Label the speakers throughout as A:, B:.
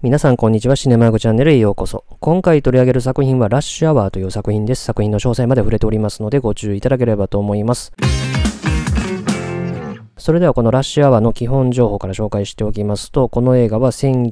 A: 皆さんこんにちは。シネマグチャンネルへようこそ。今回取り上げる作品はラッシュアワーという作品です。作品の詳細まで触れておりますのでご注意いただければと思います。それではこのラッシュアワーの基本情報から紹介しておきますと、この映画は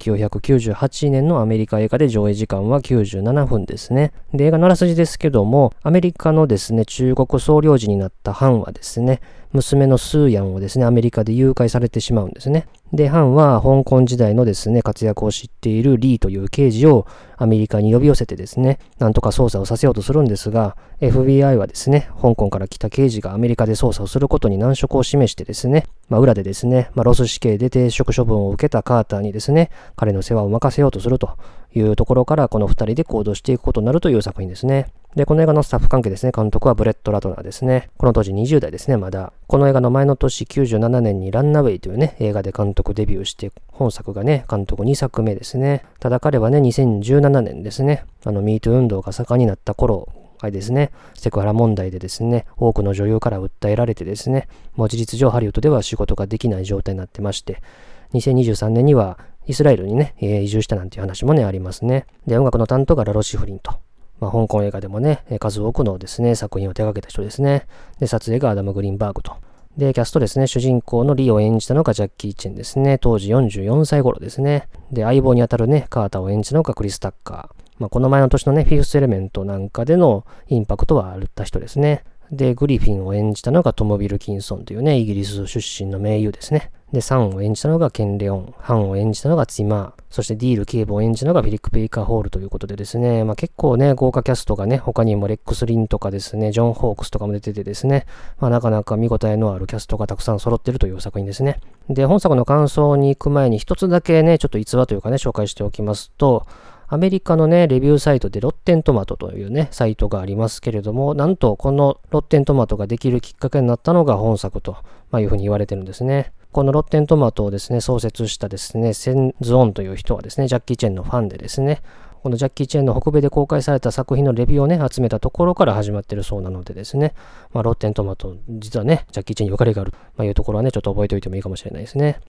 A: 1998年のアメリカ映画で上映時間は97分ですね。で、映画のあらすじですけども、アメリカのですね、中国総領事になったハンはですね、娘のスーヤンをですね、アメリカで誘拐されてしまうんですね。で、ハンは香港時代のですね、活躍を知っているリーという刑事をアメリカに呼び寄せてですね、なんとか捜査をさせようとするんですが、FBI はですね、香港から来た刑事がアメリカで捜査をすることに難色を示してですね、裏でですね、ロス死刑で停職処分を受けたカーターにですね、彼の世話を任せようとするというところから、この二人で行動していくことになるという作品ですね。で、この映画のスタッフ関係ですね、監督はブレット・ラトナーですね。この当時20代ですね、まだ。この映画の前の年97年にランナウェイというね、映画で監督デビューして、本作がね、監督2作目ですね。ただ彼はね、2017年ですね、ミートゥー運動が盛んになった頃、ですね、セクハラ問題でですね、多くの女優から訴えられてですね、もう事実上ハリウッドでは仕事ができない状態になってまして、2023年にはイスラエルにね、移住したなんていう話もね、ありますね。で、音楽の担当がラロ・シフリンと。香港映画でもね、数多くのですね、作品を手掛けた人ですね。で、撮影がアダム・グリーンバーグと。で、キャストですね、主人公のリーを演じたのがジャッキー・チェンですね。当時44歳頃ですね。で、相棒にあたるね、カーターを演じたのがクリス・タッカー。この前の年のね、フィフスエレメントなんかでのインパクトはあった人ですね。で、グリフィンを演じたのがトム・ウィルキンソンというね、イギリス出身の名優ですね。で、サンを演じたのがケン・レオン、ハンを演じたのがツィマー、そしてディール警部を演じたのがフィリック・ペイカー・ホールということでですね、結構ね、豪華キャストがね、他にもレックス・リンとかですね、ジョン・ホークスとかも出ててですね、なかなか見応えのあるキャストがたくさん揃っているという作品ですね。で、本作の感想に行く前に一つだけね、ちょっと逸話というかね、紹介しておきますと、アメリカのね、レビューサイトでロッテントマトというね、サイトがありますけれども、なんとこのロッテントマトができるきっかけになったのが本作と、いうふうに言われてるんですね。このロッテントマトをですね、創設したですね、センズオンという人はですね、ジャッキー・チェンのファンでですね、このジャッキー・チェンの北米で公開された作品のレビューをね、集めたところから始まっているそうなのでですね、ロッテントマト、実はね、ジャッキー・チェンにゆかりがあるというところはね、ちょっと覚えておいてもいいかもしれないですね。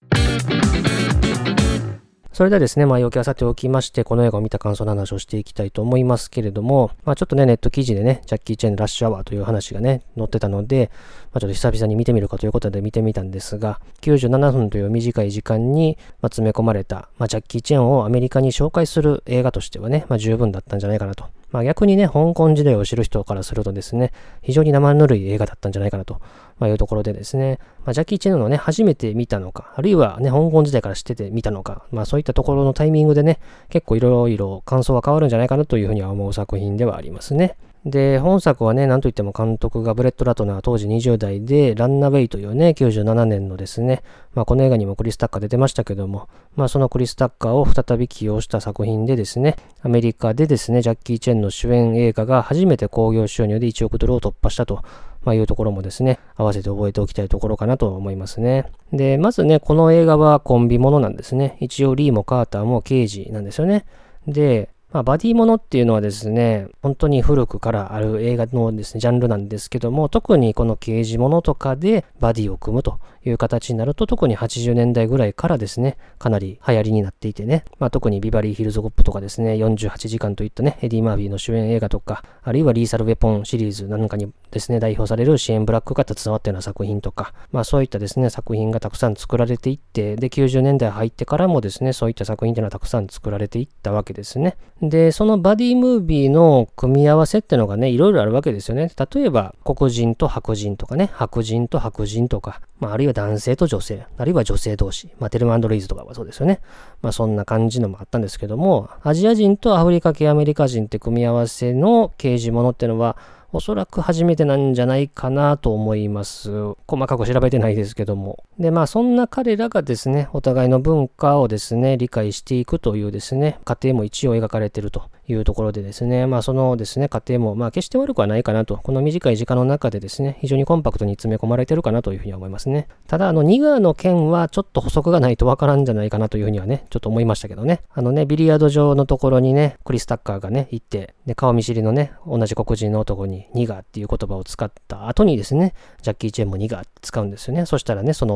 A: それではですね、要件はさておきまして、この映画を見た感想の話をしていきたいと思いますけれども、ちょっとね、ネット記事でね、ジャッキー・チェンのラッシュアワーという話がね、載ってたので、ちょっと久々に見てみるかということで見てみたんですが、97分という短い時間に詰め込まれた、ジャッキー・チェンをアメリカに紹介する映画としてはね、十分だったんじゃないかなと。逆にね、香港時代を知る人からするとですね、非常に生ぬるい映画だったんじゃないかなというところでですね、ジャッキー・チェンのね、初めて見たのか、あるいはね、香港時代から知ってて見たのか、そういったところのタイミングでね、結構いろいろ感想は変わるんじゃないかなというふうには思う作品ではありますね。で、本作はね、なんといっても監督がブレット・ラトナー当時20代で、ランナウェイというね、97年のですね、この映画にもクリス・タッカー出てましたけども、そのクリス・タッカーを再び起用した作品でですね、アメリカでですね、ジャッキー・チェンの主演映画が初めて興行収入で1億ドルを突破したというところもですね、合わせて覚えておきたいところかなと思いますね。で、まずね、この映画はコンビものなんですね。一応リーもカーターも刑事なんですよね。で、バディものっていうのはですね、本当に古くからある映画のですね、ジャンルなんですけども、特にこの刑事ものとかでバディを組むという形になると、特に80年代ぐらいからですね、かなり流行りになっていてね、特にビバリーヒルズコップとかですね、48時間といったね、エディ・マーフィーの主演映画とか、あるいはリーサル・ウェポンシリーズなんかにですね、代表されるシェーン・ブラックが携わったような作品とか、そういったですね、作品がたくさん作られていって、で、90年代入ってからもですね、そういった作品というのはたくさん作られていったわけですね。で、そのバディムービーの組み合わせってのがね、いろいろあるわけですよね。例えば、黒人と白人とかね、白人と白人とか、あるいは男性と女性、あるいは女性同士、テルマン&ルイーズとかはそうですよね。そんな感じのもあったんですけども、アジア人とアフリカ系アメリカ人って組み合わせの刑事ものってのは、おそらく初めてなんじゃないかなと思います。細かく調べてないですけども。で、そんな彼らがですね、お互いの文化をですね、理解していくというですね、過程も一応描かれているというところでですね、そのですね、過程も決して悪くはないかなと、この短い時間の中でですね、非常にコンパクトに詰め込まれているかなというふうには思いますね。ただ、ニガーの件はちょっと補足がないとわからんじゃないかなというふうにはね、ちょっと思いましたけどね。ビリヤード場のところにね、クリス・タッカーがね、行って、で、顔見知りのね、同じ黒人の男にニガーっていう言葉を使った後にですね、ジャッキー・チェンもニガーって使うんですよね。そしたらね、その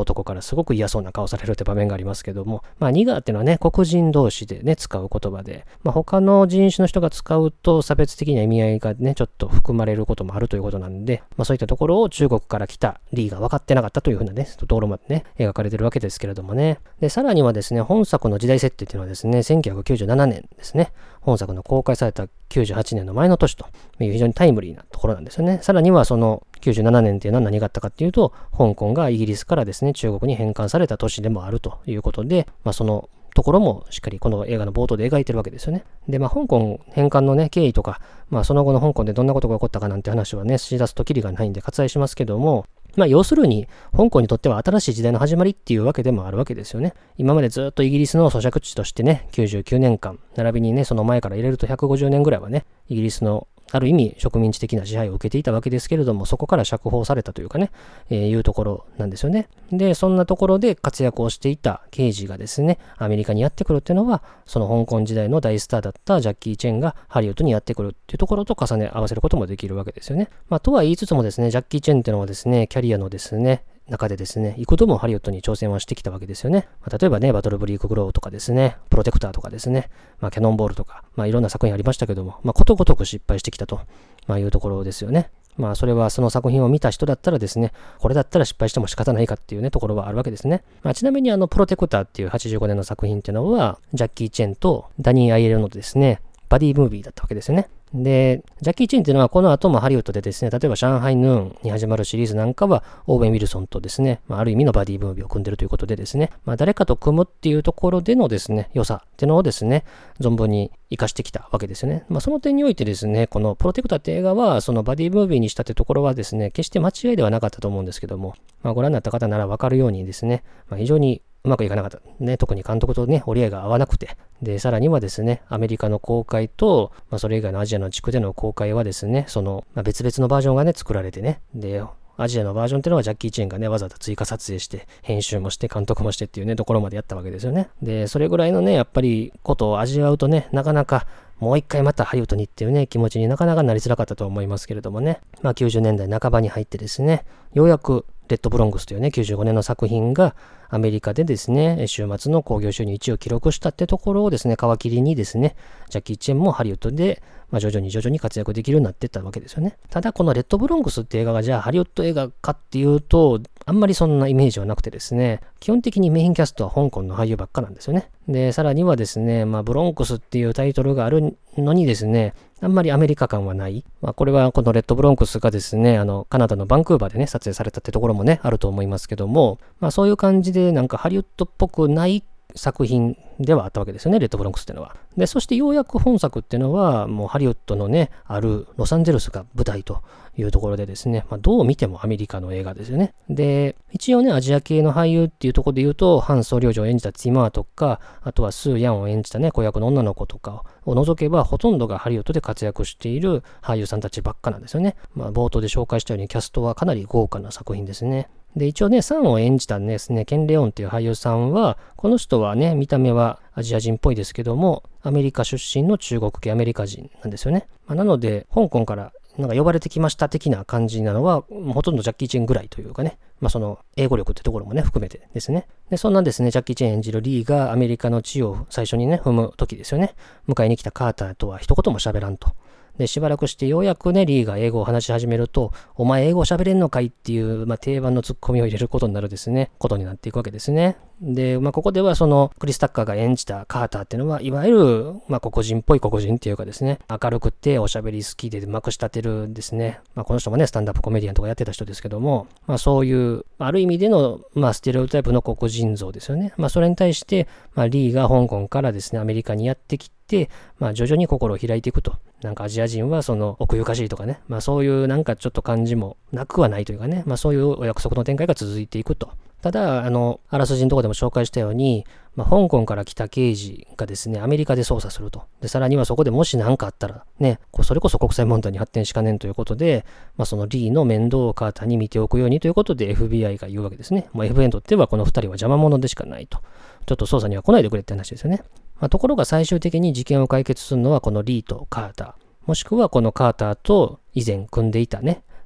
A: 男からすごく嫌そうな顔されるって場面がありますけども、ニガーっていうのはね、黒人同士でね、使う言葉で、他の人種の人が使うと差別的な意味合いがね、ちょっと含まれることもあるということなんで、そういったところを中国から来たリーが分かってなかったというふうなね、ところまでね、描かれてるわけですけれどもね。で、さらにはですね、本作の時代設定っていうのはですね、1997年ですね、本作の公開された98年の前の年という非常にタイムリーなところなんですよね。さらにはその97年っていうのは何があったかっていうと、香港がイギリスからですね、中国に返還された年でもあるということで、そのところもしっかりこの映画の冒頭で描いてるわけですよね。で、香港返還のね、経緯とか、その後の香港でどんなことが起こったかなんて話はね、しだすときりがないんで割愛しますけども、要するに、香港にとっては新しい時代の始まりっていうわけでもあるわけですよね。今までずっとイギリスの租借地としてね、99年間、並びにね、その前から入れると150年ぐらいはね、イギリスのある意味植民地的な支配を受けていたわけですけれども、そこから釈放されたというかね、いうところなんですよね。で、そんなところで活躍をしていた刑事がですね、アメリカにやってくるっていうのは、その香港時代の大スターだったジャッキー・チェンがハリウッドにやってくるっていうところと重ね合わせることもできるわけですよね。とは言いつつもですね、ジャッキー・チェンっていうのはですね、キャリアのですね、中でですね、幾度もハリウッドに挑戦はしてきたわけですよね。例えばね、バトルブリークグローとかですね、プロテクターとかですね、キャノンボールとか、いろんな作品ありましたけども、ことごとく失敗してきたと、いうところですよね。それはその作品を見た人だったらですね、これだったら失敗しても仕方ないかっていうね、ところはあるわけですね。ちなみにプロテクターっていう85年の作品っていうのは、ジャッキー・チェンとダニー・アイエルのですね、バディムービーだったわけですよね。で、ジャッキー・チェンっていうのはこの後もハリウッドでですね、例えば上海ヌーンに始まるシリーズなんかは、オーウェン・ウィルソンとですね、ある意味のバディムービーを組んでるということでですね、誰かと組むっていうところでのですね、良さっていうのをですね、存分に活かしてきたわけですよね。その点においてですね、このプロテクターって映画は、そのバディムービーにしたってところはですね、決して間違いではなかったと思うんですけども、ご覧になった方ならわかるようにですね、非常にうまくいかなかった。ね、特に監督とね、折り合いが合わなくて。で、さらにはですね、アメリカの公開と、それ以外のアジアの地区での公開はですね、その、別々のバージョンがね、作られてね。で、アジアのバージョンっていうのはジャッキー・チェンがね、わざわざ追加撮影して、編集もして、監督もしてっていうね、ところまでやったわけですよね。で、それぐらいのね、やっぱりことを味わうとね、なかなか、もう一回またハリウッドにっていうね、気持ちになかなかなりづらかったと思いますけれどもね。90年代半ばに入ってですね、ようやく、レッドブロンクスというね、95年の作品がアメリカでですね、週末の興行収入1位を記録したってところをですね、皮切りにですね、ジャッキー・チェンもハリウッドで、徐々に活躍できるようになっていったわけですよね。ただ、このレッドブロンクスって映画がじゃあハリウッド映画かっていうと、あんまりそんなイメージはなくてですね、基本的にメインキャストは香港の俳優ばっかなんですよね。で、さらにはですね、ブロンクスっていうタイトルがあるのにですね、あんまりアメリカ感はない。これはこのレッドブロンクスがですね、カナダのバンクーバーでね、撮影されたってところもね、あると思いますけども、そういう感じでなんかハリウッドっぽくない作品ではあったわけですよね、レッドブロンクスっていうのは。で、そしてようやく本作っていうのは、もうハリウッドのね、あるロサンゼルスが舞台というところでですね、どう見てもアメリカの映画ですよね。で、一応ね、アジア系の俳優っていうところで言うと、ハン・ソリョウジを演じたティマーとか、あとはスー・ヤンを演じたね、子役の女の子とかを除けば、ほとんどがハリウッドで活躍している俳優さんたちばっかなんですよね。冒頭で紹介したようにキャストはかなり豪華な作品ですね。で、一応ね、サンを演じたですね、ケン・レオンっていう俳優さんは、この人はね、見た目はアジア人っぽいですけども、アメリカ出身の中国系アメリカ人なんですよね。なので、香港からなんか呼ばれてきました的な感じなのは、ほとんどジャッキー・チェンぐらいというかね、その英語力ってところもね、含めてですね。で、そんなんですね、ジャッキー・チェン演じるリーがアメリカの地を最初にね、踏む時ですよね。迎えに来たカーターとは一言も喋らんと。で、しばらくしてようやくね、リーが英語を話し始めると、お前英語喋れんのかいっていう、定番のツッコミを入れることになるですね、ことになっていくわけですね。で、ここではそのクリス・タッカーが演じたカーターっていうのは、いわゆる、黒人っぽい黒人っていうかですね、明るくておしゃべり好きでまくし立てるですね、この人もね、スタンダップコメディアンとかやってた人ですけども、そういう、ある意味での、ステレオタイプの黒人像ですよね。それに対して、リーが香港からですね、アメリカにやってきて、徐々に心を開いていくと。なんかアジア人はその奥ゆかしいとかね、そういうなんかちょっと感じもなくはないというかね、そういうお約束の展開が続いていくと。ただ、あらすじのところでも紹介したように、香港から来た刑事がですね、アメリカで捜査すると。で、さらにはそこでもし何かあったら、ね、それこそ国際問題に発展しかねんということで、そのリーの面倒をカーターに見ておくようにということで FBI が言うわけですね。FBI にとってはこの2人は邪魔者でしかないと。ちょっと捜査には来ないでくれって話ですよね。ところが最終的に事件を解決するのはこのリーとカーター。もしくはこのカーターと以前組んでいたね、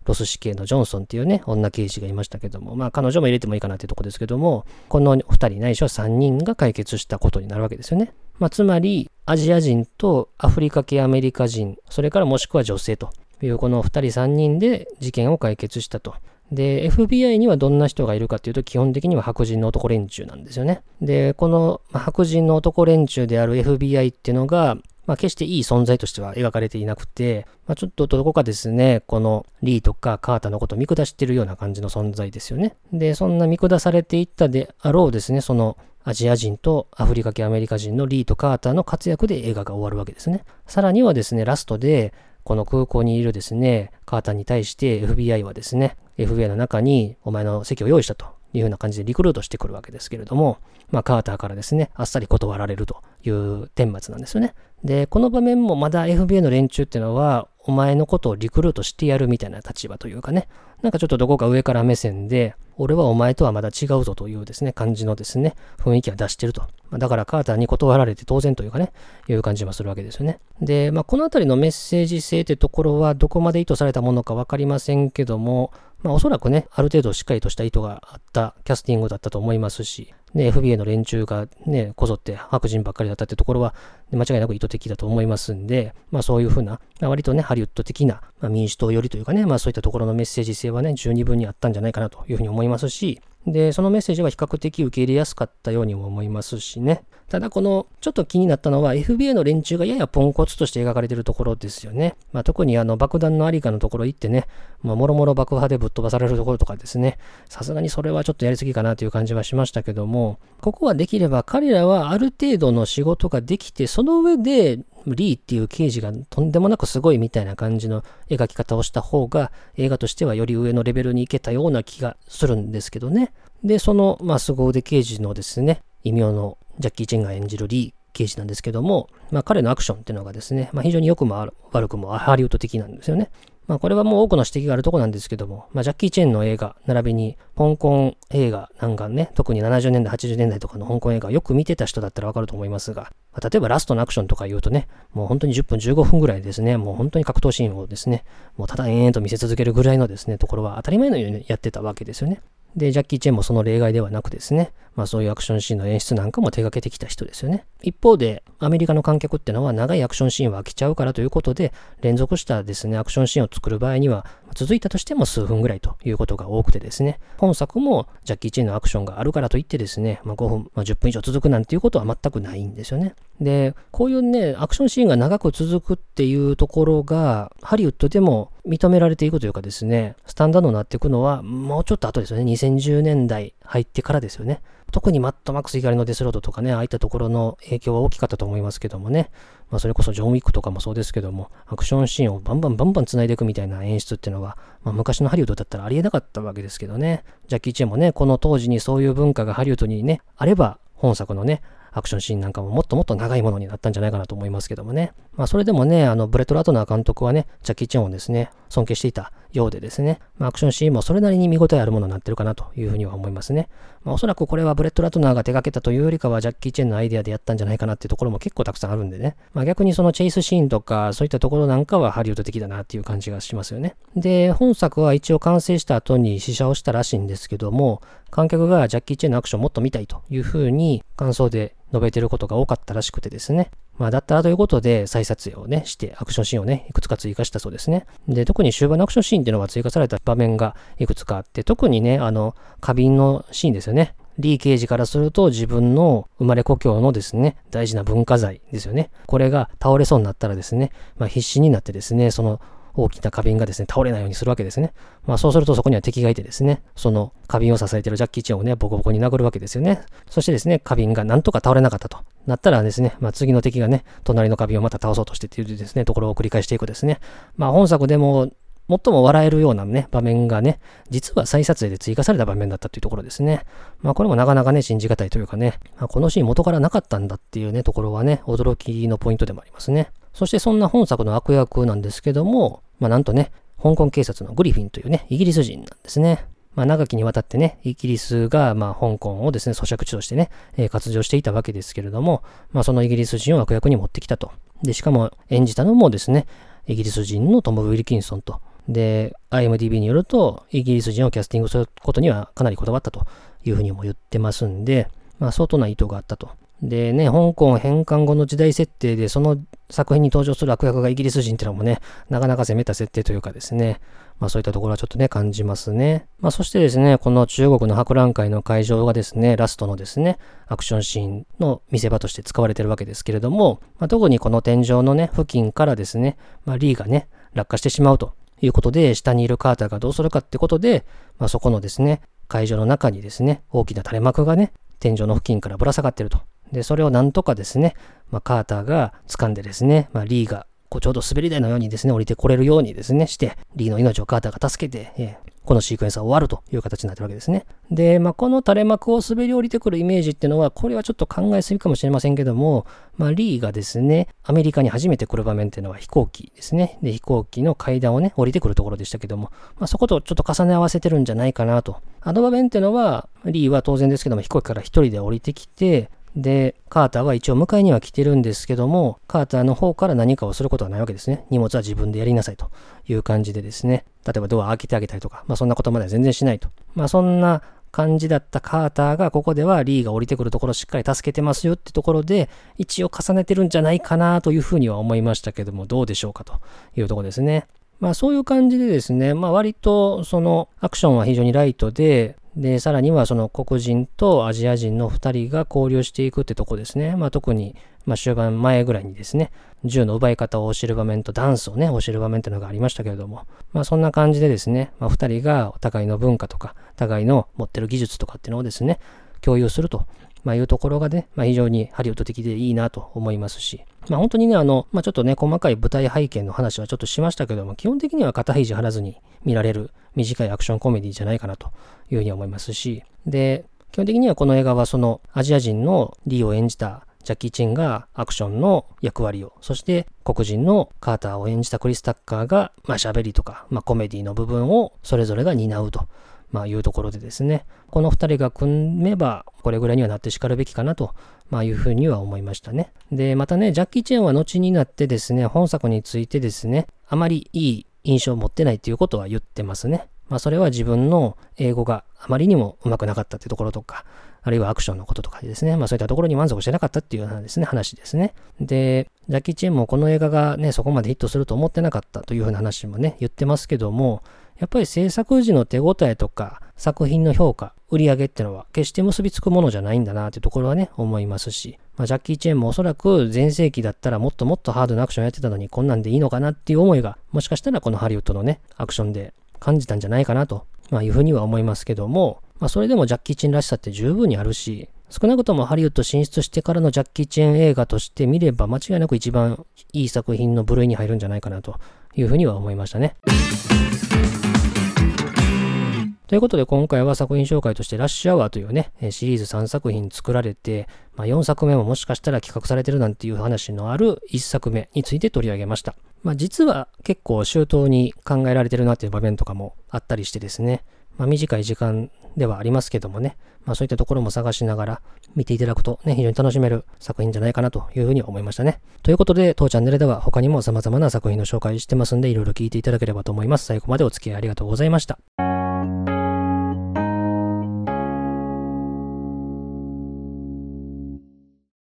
A: ロス死刑のジョンソンっていうね、女刑事がいましたけども、まあ彼女も入れてもいいかなっていうところですけども、この2人ないしは3人が解決したことになるわけですよね。まあつまり、アジア人とアフリカ系アメリカ人、それからもしくは女性というこの2人3人で事件を解決したと。で、FBI にはどんな人がいるかというと、基本的には白人の男連中なんですよね。で、この白人の男連中である FBI っていうのが、決していい存在としては描かれていなくて、ちょっとどこかですね、このリーとかカーターのことを見下しているような感じの存在ですよね。で、そんな見下されていったであろうですね、そのアジア人とアフリカ系アメリカ人のリーとカーターの活躍で映画が終わるわけですね。さらにはですね、ラストで、この空港にいるですね、カーターに対して FBI はですね、FBI の中にお前の席を用意したというふうな感じでリクルートしてくるわけですけれども、カーターからですね、あっさり断られるという顛末なんですよね。で、この場面もまだ FBI の連中っていうのは、お前のことをリクルートしてやるみたいな立場というかね、なんかちょっとどこか上から目線で、俺はお前とはまだ違うぞというですね、感じのですね、雰囲気は出してると。だからカーターに断られて当然というかね、いう感じもするわけですよね。で、このあたりのメッセージ性ってところはどこまで意図されたものかわかりませんけども、おそらくね、ある程度しっかりとした意図があったキャスティングだったと思いますし、ね、FBA の連中がね、こぞって白人ばっかりだったってところは、間違いなく意図的だと思いますんで、そういうふうな、割とね、ハリウッド的な、民主党寄りというかね、そういったところのメッセージ性はね、十二分にあったんじゃないかなというふうに思いますし、で、そのメッセージは比較的受け入れやすかったようにも思いますしね。ただこの、ちょっと気になったのは FBA の連中がややポンコツとして描かれているところですよね。特に爆弾のありかのところ行ってね、もろもろ爆破でぶっ飛ばされるところとかですね、さすがにそれはちょっとやりすぎかなという感じはしましたけども、ここはできれば彼らはある程度の仕事ができて、その上でリーっていう刑事がとんでもなくすごいみたいな感じの描き方をした方が映画としてはより上のレベルに行けたような気がするんですけどね。で、その凄腕刑事のですね、異名のジャッキー・チェンが演じるリー刑事なんですけども、彼のアクションっていうのがですね、非常に良くも悪くもハリウッド的なんですよね。これはもう多くの指摘があるところなんですけども、ジャッキー・チェンの映画、並びに香港映画なんかね、特に70年代、80年代とかの香港映画をよく見てた人だったらわかると思いますが、例えばラストのアクションとか言うとね、もう本当に10分15分ぐらいですね、もう本当に格闘シーンをですね、もうただ延々と見せ続けるぐらいのですね、ところは当たり前のようにやってたわけですよね。で、ジャッキー・チェンもその例外ではなくですね、そういうアクションシーンの演出なんかも手掛けてきた人ですよね。一方で、アメリカの観客ってのは長いアクションシーンは飽きちゃうからということで、連続したですね、アクションシーンを作る場合には、続いたとしても数分ぐらいということが多くてですね、本作もジャッキー・チェンのアクションがあるからといってですね、5分、10分以上続くなんていうことは全くないんですよね。で、こういうね、アクションシーンが長く続くっていうところが、ハリウッドでも認められていくというかですね、スタンダードになっていくのは、もうちょっと後ですよね。2010年代入ってからですよね。特にマッドマックス怒りのデスロードとかね、ああいったところの影響は大きかったと思いますけどもね。それこそジョン・ウィックとかもそうですけども、アクションシーンをバンバン繋いでいくみたいな演出っていうのは、昔のハリウッドだったらありえなかったわけですけどね。ジャッキー・チェンもね、この当時にそういう文化がハリウッドにね、あれば、本作のね、アクションシーンなんかももっともっと長いものになったんじゃないかなと思いますけどもね。それでもね、ブレット・ラトナー監督はね、ジャッキー・チェンをですね、尊敬していたようでですね、アクションシーンもそれなりに見応えあるものになってるかなというふうには思いますね。おそらくこれはブレット・ラトナーが手掛けたというよりかは、ジャッキー・チェンのアイデアでやったんじゃないかなっていうところも結構たくさんあるんでね。逆にそのチェイスシーンとか、そういったところなんかはハリウッド的だなっていう感じがしますよね。で、本作は一応完成した後に試写をしたらしいんですけども、観客がジャッキー・チェンのアクションをもっと見たいというふうに感想で述べてることが多かったらしくてですね。だったらということで再撮影をね、してアクションシーンをね、いくつか追加したそうですね。で、特に終盤のアクションシーンっていうのが追加された場面がいくつかあって、特にね、花瓶のシーンですよね。リー刑事からすると自分の生まれ故郷のですね、大事な文化財ですよね。これが倒れそうになったらですね、必死になってですね、その大きな花瓶がですね、倒れないようにするわけですね。そうするとそこには敵がいてですね、その花瓶を支えているジャッキー・チェンをね、ボコボコに殴るわけですよね。そしてですね、花瓶がなんとか倒れなかったとなったらですね、次の敵がね、隣の花瓶をまた倒そうとしてっていうですね、ところを繰り返していくですね。本作でも最も笑えるようなね、場面がね、実は再撮影で追加された場面だったというところですね。これもなかなかね、信じがたいというかね、このシーン元からなかったんだっていうね、ところはね、驚きのポイントでもありますね。そしてそんな本作の悪役なんですけども、なんとね、香港警察のグリフィンというね、イギリス人なんですね。長きにわたってね、イギリスが香港をですね、咀嚼地としてね、活動していたわけですけれども、そのイギリス人を悪役に持ってきたと。で、しかも演じたのもですね、イギリス人のトム・ウィルキンソンとで、IMDB によると、イギリス人をキャスティングすることにはかなりこだわったというふうにも言ってますんで、相当な意図があったと。でね、香港返還後の時代設定で、その作品に登場する悪役がイギリス人っていうのもね、なかなか攻めた設定というかですね、そういったところはちょっとね、感じますね。そしてですね、この中国の博覧会の会場がですね、ラストのですね、アクションシーンの見せ場として使われてるわけですけれども、特にこの天井のね、付近からですね、リーがね、落下してしまうということで、下にいるカーターがどうするかってことで、そこのですね、会場の中にですね、大きな垂れ幕がね、天井の付近からぶら下がってると。で、それをなんとかですね、カーターが掴んでですね、リーがちょうど滑り台のようにですね、降りてこれるようにですね、して、リーの命をカーターが助けて、このシークエンスは終わるという形になってるわけですね。で、この垂れ幕を滑り降りてくるイメージっていうのは、これはちょっと考えすぎかもしれませんけども、リーがですね、アメリカに初めて来る場面っていうのは飛行機ですね。で、飛行機の階段をね、降りてくるところでしたけども、そことちょっと重ね合わせてるんじゃないかなと。あの場面っていうのは、リーは当然ですけども、飛行機から一人で降りてきて、で、カーターは一応迎えには来てるんですけども、カーターの方から何かをすることはないわけですね。荷物は自分でやりなさいという感じでですね。例えばドア開けてあげたりとか、そんなことまでは全然しないと。そんな感じだったカーターが、ここではリーが降りてくるところをしっかり助けてますよってところで、一応重ねてるんじゃないかなというふうには思いましたけども、どうでしょうかというところですね。そういう感じでですね、割とそのアクションは非常にライトで、さらにはその黒人とアジア人の2人が交流していくってとこですね。特に終盤前ぐらいにですね、銃の奪い方を教える場面とダンスをね、教える場面っていうのがありましたけれども、そんな感じでですね、2人がお互いの文化とか、互いの持ってる技術とかっていうのをですね、共有するというところがね、非常にハリウッド的でいいなと思いますし、本当にね、ちょっとね、細かい舞台背景の話はちょっとしましたけども、基本的には肩肘張らずに見られる短いアクションコメディじゃないかなというふうに思いますし、で、基本的にはこの映画はそのアジア人のリーを演じたジャッキー・チェンがアクションの役割を、そして黒人のカーターを演じたクリス・タッカーが喋りとか、コメディの部分をそれぞれが担うと。いうところでですね、この二人が組めばこれぐらいにはなってしかるべきかなと、いうふうには思いましたね。で、またね、ジャッキー・チェンは後になってですね、本作についてですね、あまりいい印象を持ってないということは言ってますね。それは自分の英語があまりにも上手くなかったっていうところとか、あるいはアクションのこととかでですね、そういったところに満足してなかったっていうようなですね、話ですね。で、ジャッキー・チェンもこの映画がね、そこまでヒットすると思ってなかったというふうな話もね、言ってますけども、やっぱり制作時の手応えとか作品の評価、売り上げってのは決して結びつくものじゃないんだなっていうところはね、思いますし、ジャッキー・チェンもおそらく前世紀だったらもっともっとハードなアクションやってたのにこんなんでいいのかなっていう思いが、もしかしたらこのハリウッドのね、アクションで感じたんじゃないかなと、いうふうには思いますけども、それでもジャッキー・チェンらしさって十分にあるし、少なくともハリウッド進出してからのジャッキー・チェン映画として見れば間違いなく一番いい作品の部類に入るんじゃないかなというふうには思いましたね。ということで今回は作品紹介としてラッシュアワーというね、シリーズ3作品作られて、4作目ももしかしたら企画されてるなんていう話のある1作目について取り上げました。実は結構周到に考えられてるなっていう場面とかもあったりしてですね、短い時間ではありますけどもね、そういったところも探しながら見ていただくとね、非常に楽しめる作品じゃないかなというふうに思いましたね。ということで、当チャンネルでは他にも様々な作品の紹介してますんで、いろいろ聞いていただければと思います。最後までお付き合いありがとうございました。